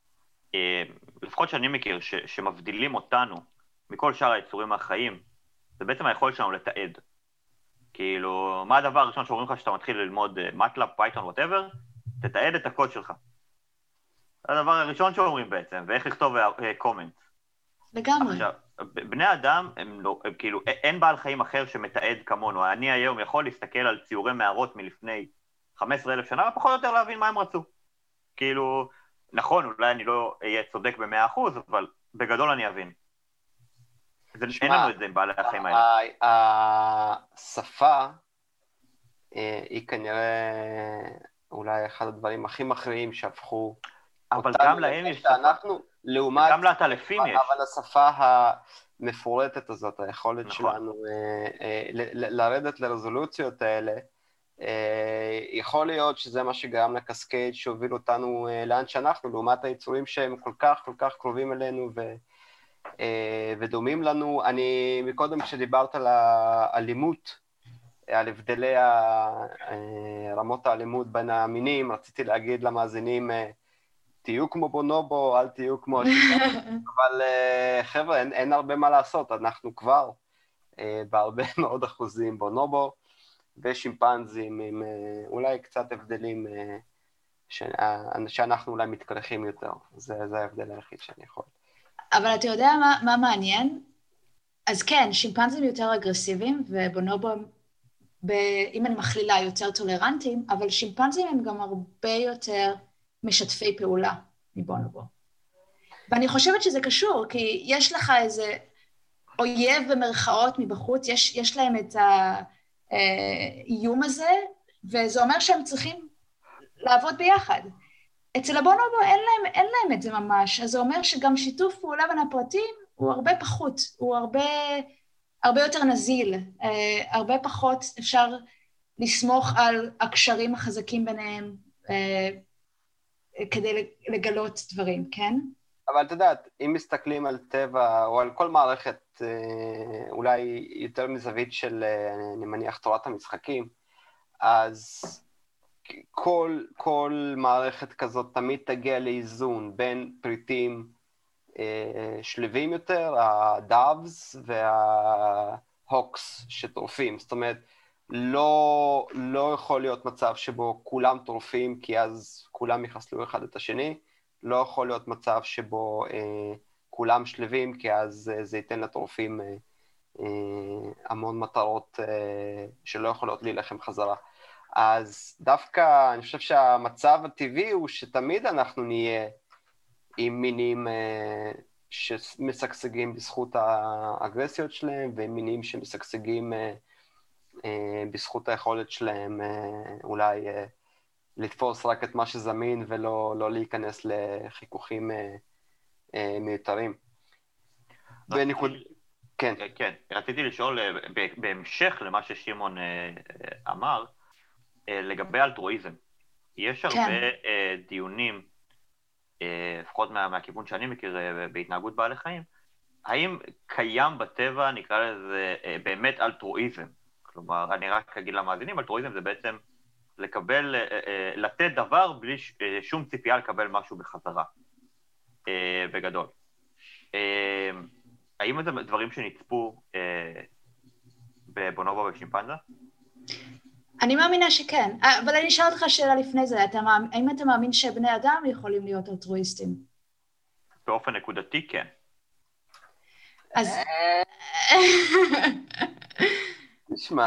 לפחות שאני מכיר, שמבדילים אותנו מכל שאר היצורים מהחיים, זה בעצם היכולת שלנו לתעד. כאילו, מה הדבר הראשון שאומרים לך שאתה מתחיל ללמוד מטלאב, פייתון, whatever? תתעד את הקוד שלך. זה הדבר הראשון שאומרים בעצם, ואיך לכתוב קומנט. לגמרי. עכשיו, בני אדם, הם כאילו, אין בעל חיים אחר שמתעד כמונו. אני היום יכול להסתכל על ציורי מערות מלפני 15,000 שנה, ופחות או יותר להבין מה הם רצו. כאילו, נכון, אולי אני לא אהיה צודק ב100%, אבל בגדול אני אבין. אין לנו את זה עם בעלי החיים האלה. השפה היא כנראה אולי אחד הדברים הכי מכריעים שהפכו אבל גם להם יש שפה. לעומת, גם לעטלפים יש. אבל השפה המפורטת הזאת, היכולת שלנו לרדת לרזולוציות האלה, יכול להיות שזה מה שגרם לקסקייד שהוביל אותנו לאן שאנחנו, לעומת היצורים שהם כל כך קרובים אלינו ודומים לנו. אני מקודם כשדיברת על האלימות, על הבדלי רמות האלימות בין המינים, רציתי להגיד למאזינים, תהיו כמו בונובו, אל תהיו כמו השיטה. אבל חבר'ה, אין הרבה מה לעשות, אנחנו כבר בהרבה מאוד אחוזים בונובו, ושימפנזים עם אולי קצת הבדלים שאנחנו אולי מתקלחים יותר. זה ההבדל היחיד שאני יכול. אבל אתה יודע מה מעניין? אז כן, שימפנזים יותר אגרסיביים, ובונובו, אם אני מכלילה, יותר טולרנטיים, אבל שימפנזים הם גם הרבה יותר משתפי פעולה מבונובו. ואני חושבת שזה קשור, כי יש לך איזה אויב במרכאות מבחוץ, יש להם את האיום הזה, וזה אומר שהם צריכים לעבוד ביחד. אצל הבונובו אין להם את זה ממש, אז זה אומר שגם שיתוף פעולה בין הפרטים הוא הרבה פחות, הוא הרבה יותר נזיל, הרבה פחות אפשר לסמוך על הקשרים החזקים ביניהם, כדי לגלות דברים, כן? אבל את יודעת, אם מסתכלים על טבע או על כל מערכת, אולי יותר מזווית של, אני מניח, תורת המשחקים, אז כל מערכת כזאת תמיד תגיע לאיזון בין פריטים שלבים יותר, הדאבס וההוקס שטורפים. זאת אומרת, לא יכול להיות מצב שבו כולם טורפים, כי אז כולם יחסלו אחד את השני. לא יכול להיות מצב שבו כולם שלבים, כי אז זה ייתן לטורפים המון מטרות שלא יכולות להילחם חזרה. אז דווקא אני חושב שהמצב הטבעי הוא שתמיד אנחנו נהיה עם מינים שמשגשגים בזכות האגרסיות שלהם, ועם מינים שמשגשגים בזכות היכולת שלהם אולי לתפוס רק את מה שזמין ולא להיכנס לחיכוכים מיותרים. כן, רציתי לשאול בהמשך למה ששימון אמר, לגבי אלטרואיזם. יש הרבה דיונים, לפחות מהכיוון שאני מכיר בהתנהגות בעלי חיים, האם קיים בטבע, נקרא לזה, באמת אלטרואיזם? כלומר, אני רק אגיד למאזינים, אלטרואיזם זה בעצם לתת דבר בלי שום ציפייה לקבל משהו בחזרה, בגדול. האם זה דברים שנצפו בבונובו ובשימפנזה? אני מאמינה שכן, אבל אני אשאל אותך שאלה לפני זה, האם אתה מאמין שבני אדם יכולים להיות אלטרואיסטים? באופן נקודתי, כן. אז תשמע.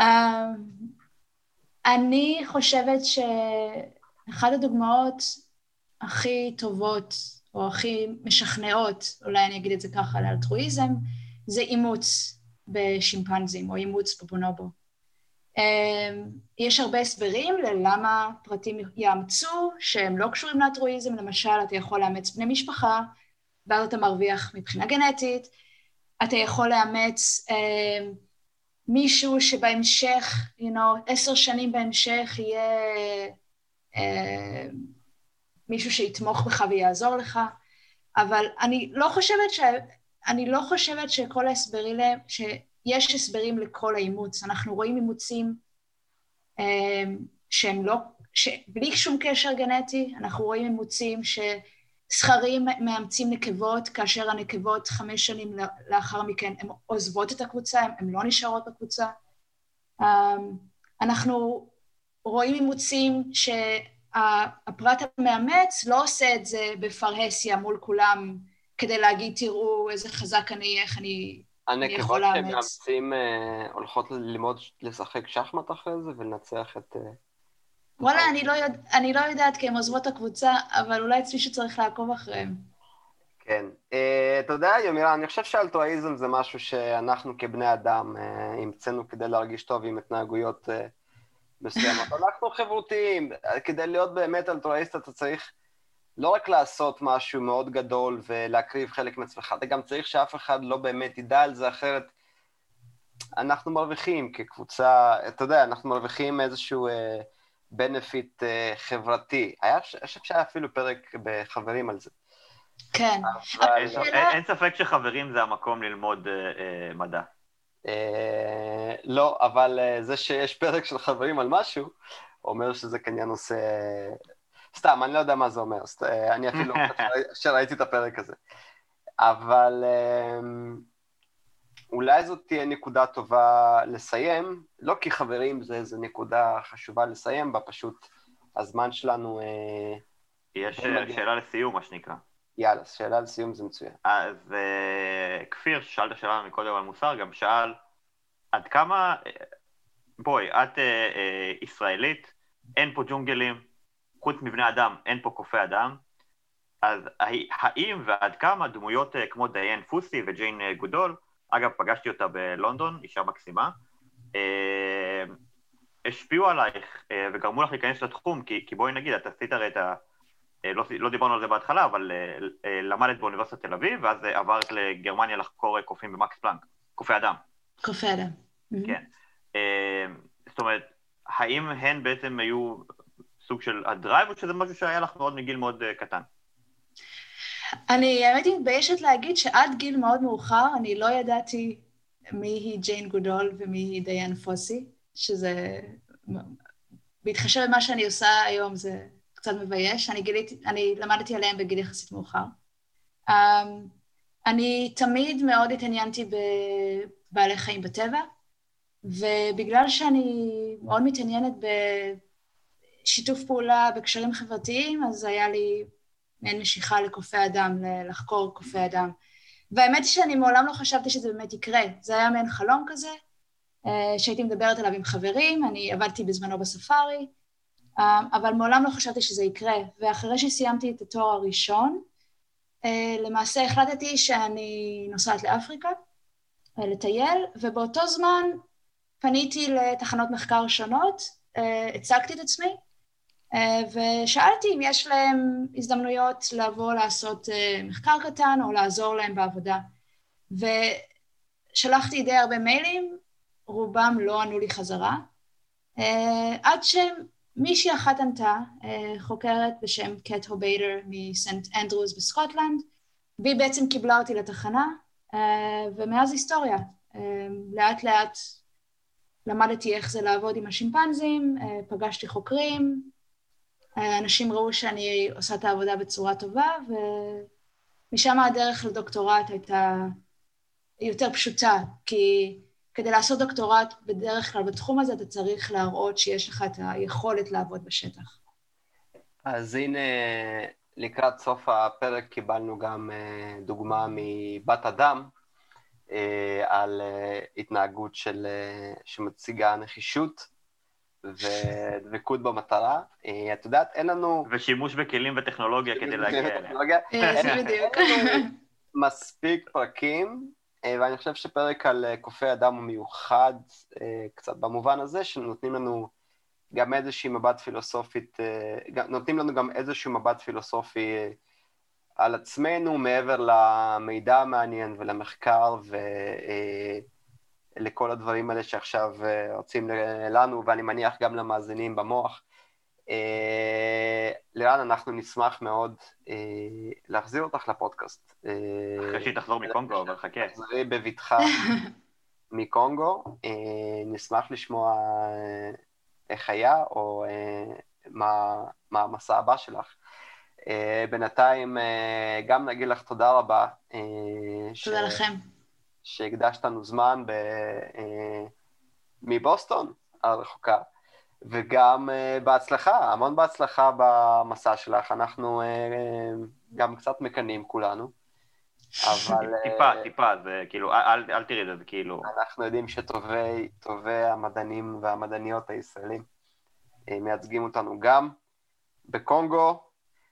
אני חושבת שאחת הדוגמאות הכי טובות, או הכי משכנעות, אולי אני אגיד את זה ככה, לאלטרואיזם, זה אימוץ בשימפנזים, או אימוץ בבונובו. יש הרבה הסברים ללמה פרטים יאמצו, שהם לא קשורים לאלטרואיזם, למשל, אתה יכול לאמץ בני משפחה, ואז אתה מרוויח מבחינה גנטית, אתה יכול לאמץ מישהו שבהמשך, 10 שנים בהמשך יהיה מישהו שיתמוך בך ויעזור לך, אבל אני לא חושבת שכל ההסברים, שיש הסברים לכל האימוץ. אנחנו רואים אימוצים שהם לא, בלי שום קשר גנטי, אנחנו רואים אימוצים שזכרים מאמצים נקבות, כאשר הנקבות 5 שנים לאחר מכן הן עוזבות את הקבוצה, הן לא נשארות בקבוצה. אנחנו רואים אימוצים שהפרט המאמץ לא עושה את זה בפרהסיה מול כולם, כדי להגיד, תראו איזה חזק אני, איך אני יכול לאמץ. הנקבות שמאמצים הולכות ללמוד לשחק שחמט אחרי זה ולנצח את... וואלה, אני לא יודעת כי הן עוזבות את הקבוצה, אבל אולי אצלי שצריך לעקוב אחריהם. כן. אתה יודע, יומירה, אני חושב שאלטרואיזם זה משהו שאנחנו כבני אדם המצאנו כדי להרגיש טוב עם התנהגויות מסוימות. אנחנו חברותיים. כדי להיות באמת אלטרואיסט אתה צריך לא רק לעשות משהו מאוד גדול ולהקריב חלק מעצמך, אתה גם צריך שאף אחד לא באמת ידע על זה, אחרת אנחנו מרוויחים כקבוצה, אתה יודע, אנחנו מרוויחים איזשהו בנפיט חברתי. אני חושב שהיה אפילו פרק בחברים על זה. כן. אין ספק שחברים זה המקום ללמוד מדע. לא, אבל זה שיש פרק של חברים על משהו, אומר שזה כנראה נושא... סתם, אני לא יודע מה זה אומר, אני אפילו שראיתי את הפרק הזה. אבל אולי זאת תהיה נקודה טובה לסיים, לא כי חברים זה איזו נקודה חשובה לסיים בה, פשוט הזמן שלנו... יש שאלה לסיום, מה שנקרא. יאללה, שאלה לסיום זה מצוין. אז כפיר, ששאלת שאלה מקודם על מוסר, גם שאל, עד כמה, בואי, את ישראלית, אין פה ג'ונגלים, חוץ מבני אדם, אין פה קופי אדם, אז האם ועד כמה דמויות כמו דיין פוסי וג'יין גודול, אגב, פגשתי אותה בלונדון, אישה מקסימה, השפיעו עלייך וגרמו לך להיכנס לתחום, כי בואי נגיד, את עשית הרי את ה... לא דיברנו על זה בהתחלה, אבל למדת באוניברסיטת תל אביב, ואז עברת לגרמניה לחקור קופים במקס פלנק, קופי אדם. קופי אדם. כן. זאת אומרת, האם הן בעצם היו סוג של הדרייב, או שזה משהו שהיה לך מאוד מגיל מאוד קטן? אני האמת מתביישת להגיד שעד גיל מאוד מאוחר, אני לא ידעתי מי היא ג'יין גודול ומי היא דיין פוסי, שזה, בהתחשב במה שאני עושה היום זה קצת מבייש, אני למדתי עליהם בגיל יחסית מאוחר. אני תמיד מאוד התעניינתי בבעלי חיים בטבע, ובגלל שאני מאוד מתעניינת בשיתוף פעולה בקשרים חברתיים, אז היה לי מעין משיכה לקופי אדם, לחקור קופי אדם. והאמת היא שאני מעולם לא חשבתי שזה באמת יקרה. זה היה מעין חלום כזה, שהייתי מדברת עליו עם חברים, אני עבדתי בזמנו בספארי, אבל מעולם לא חשבתי שזה יקרה. ואחרי שסיימתי את התואר הראשון, למעשה החלטתי שאני נוסעת לאפריקה, לטייל, ובאותו זמן פניתי לתחנות מחקר שונות, הצגתי את עצמי, ושאלתי אם יש להם הזדמנויות לבוא לעשות מחקר קטן או לעזור להם בעבודה. ושלחתי די הרבה מיילים, רובם לא ענו לי חזרה, עד שמישהי אחת ענתה, חוקרת בשם קט הוביידר מסנט אנדרוס בסקוטלנד, והיא בעצם קיבלה אותי לתחנה, ומאז היסטוריה. לאט לאט למדתי איך זה לעבוד עם השימפנזים, פגשתי חוקרים, אנשים ראו שאני עושה את העבודה בצורה טובה, ומשם הדרך לדוקטורט הייתה יותר פשוטה, כי כדי לעשות דוקטורט בדרך כלל בתחום הזה, אתה צריך להראות שיש לך את היכולת לעבוד בשטח. אז הנה, לקראת סוף הפרק קיבלנו גם דוגמה מבת אדם, על התנהגות שמציגה נחישות ודבקות במטרה. את יודעת, אין לנו... ושימוש בכלים וטכנולוגיה כדי להגיע אליה. זה בדיוק. אין לנו מספיק פרקים, ואני חושב שפרק על קופי אדם הוא מיוחד קצת במובן הזה, שנותנים לנו גם איזושהי מבט פילוסופית, נותנים לנו גם איזשהו מבט פילוסופי על עצמנו, מעבר למידע המעניין ולמחקר ולכל הדברים האלה שעכשיו רוצים לנו, ואני מניח גם למאזינים במוח. לירן, אנחנו נשמח מאוד להחזיר אותך לפודקאסט. אחרי שהיא תחזור מקונגו, אבל חכה. תחזרי בבטחה מקונגו, נשמח לשמוע איך היה, או מה המסע הבא שלך. בינתיים גם נגיד לך תודה רבה. תודה לכם. שהקדשת לנו זמן מבוסטון הרחוקה. וגם בהצלחה, המון בהצלחה במסע שלך, אנחנו גם קצת מקנים כולנו, אבל... טיפה, זה כאילו, אל תראי את זה, כאילו... אנחנו יודעים שטובי המדענים והמדעניות הישראלים מייצגים אותנו גם בקונגו,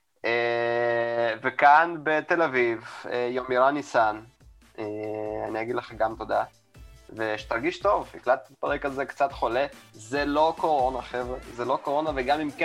וכאן בתל אביב, יומירן ניסן, אני אגיד לך גם תודה. ושתרגיש טוב, הקלטתי פרק הזה קצת חולה, זה לא קורונה חבר'ה, זה לא קורונה, וגם אם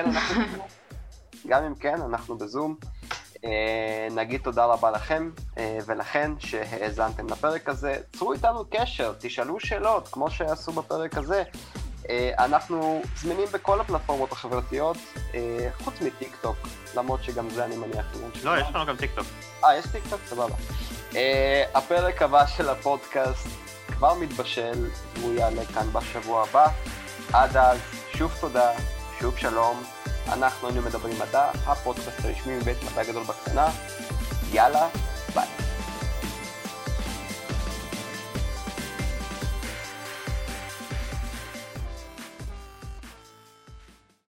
כן אנחנו בזום, נגיד תודה רבה לכם ולכן שהאזנתם לפרק הזה, צרו איתנו קשר, תשאלו שאלות כמו שעשו בפרק הזה, אנחנו זמינים בכל הפלטפורמות החברתיות, חוץ מטיק טוק, למרות שגם זה אני מניח. לא, יש לנו גם טיק טוק. יש טיק טוק, סבבה. הפרק הבא של הפודקאסט כבר מתבשל, והוא יעלה כאן בשבוע הבא. עד אז, שוב תודה, שוב שלום. אנחנו היינו מדברים מדע, הפודקאסט הרשמי מבית מדע גדול בקטנה. יאללה, ביי.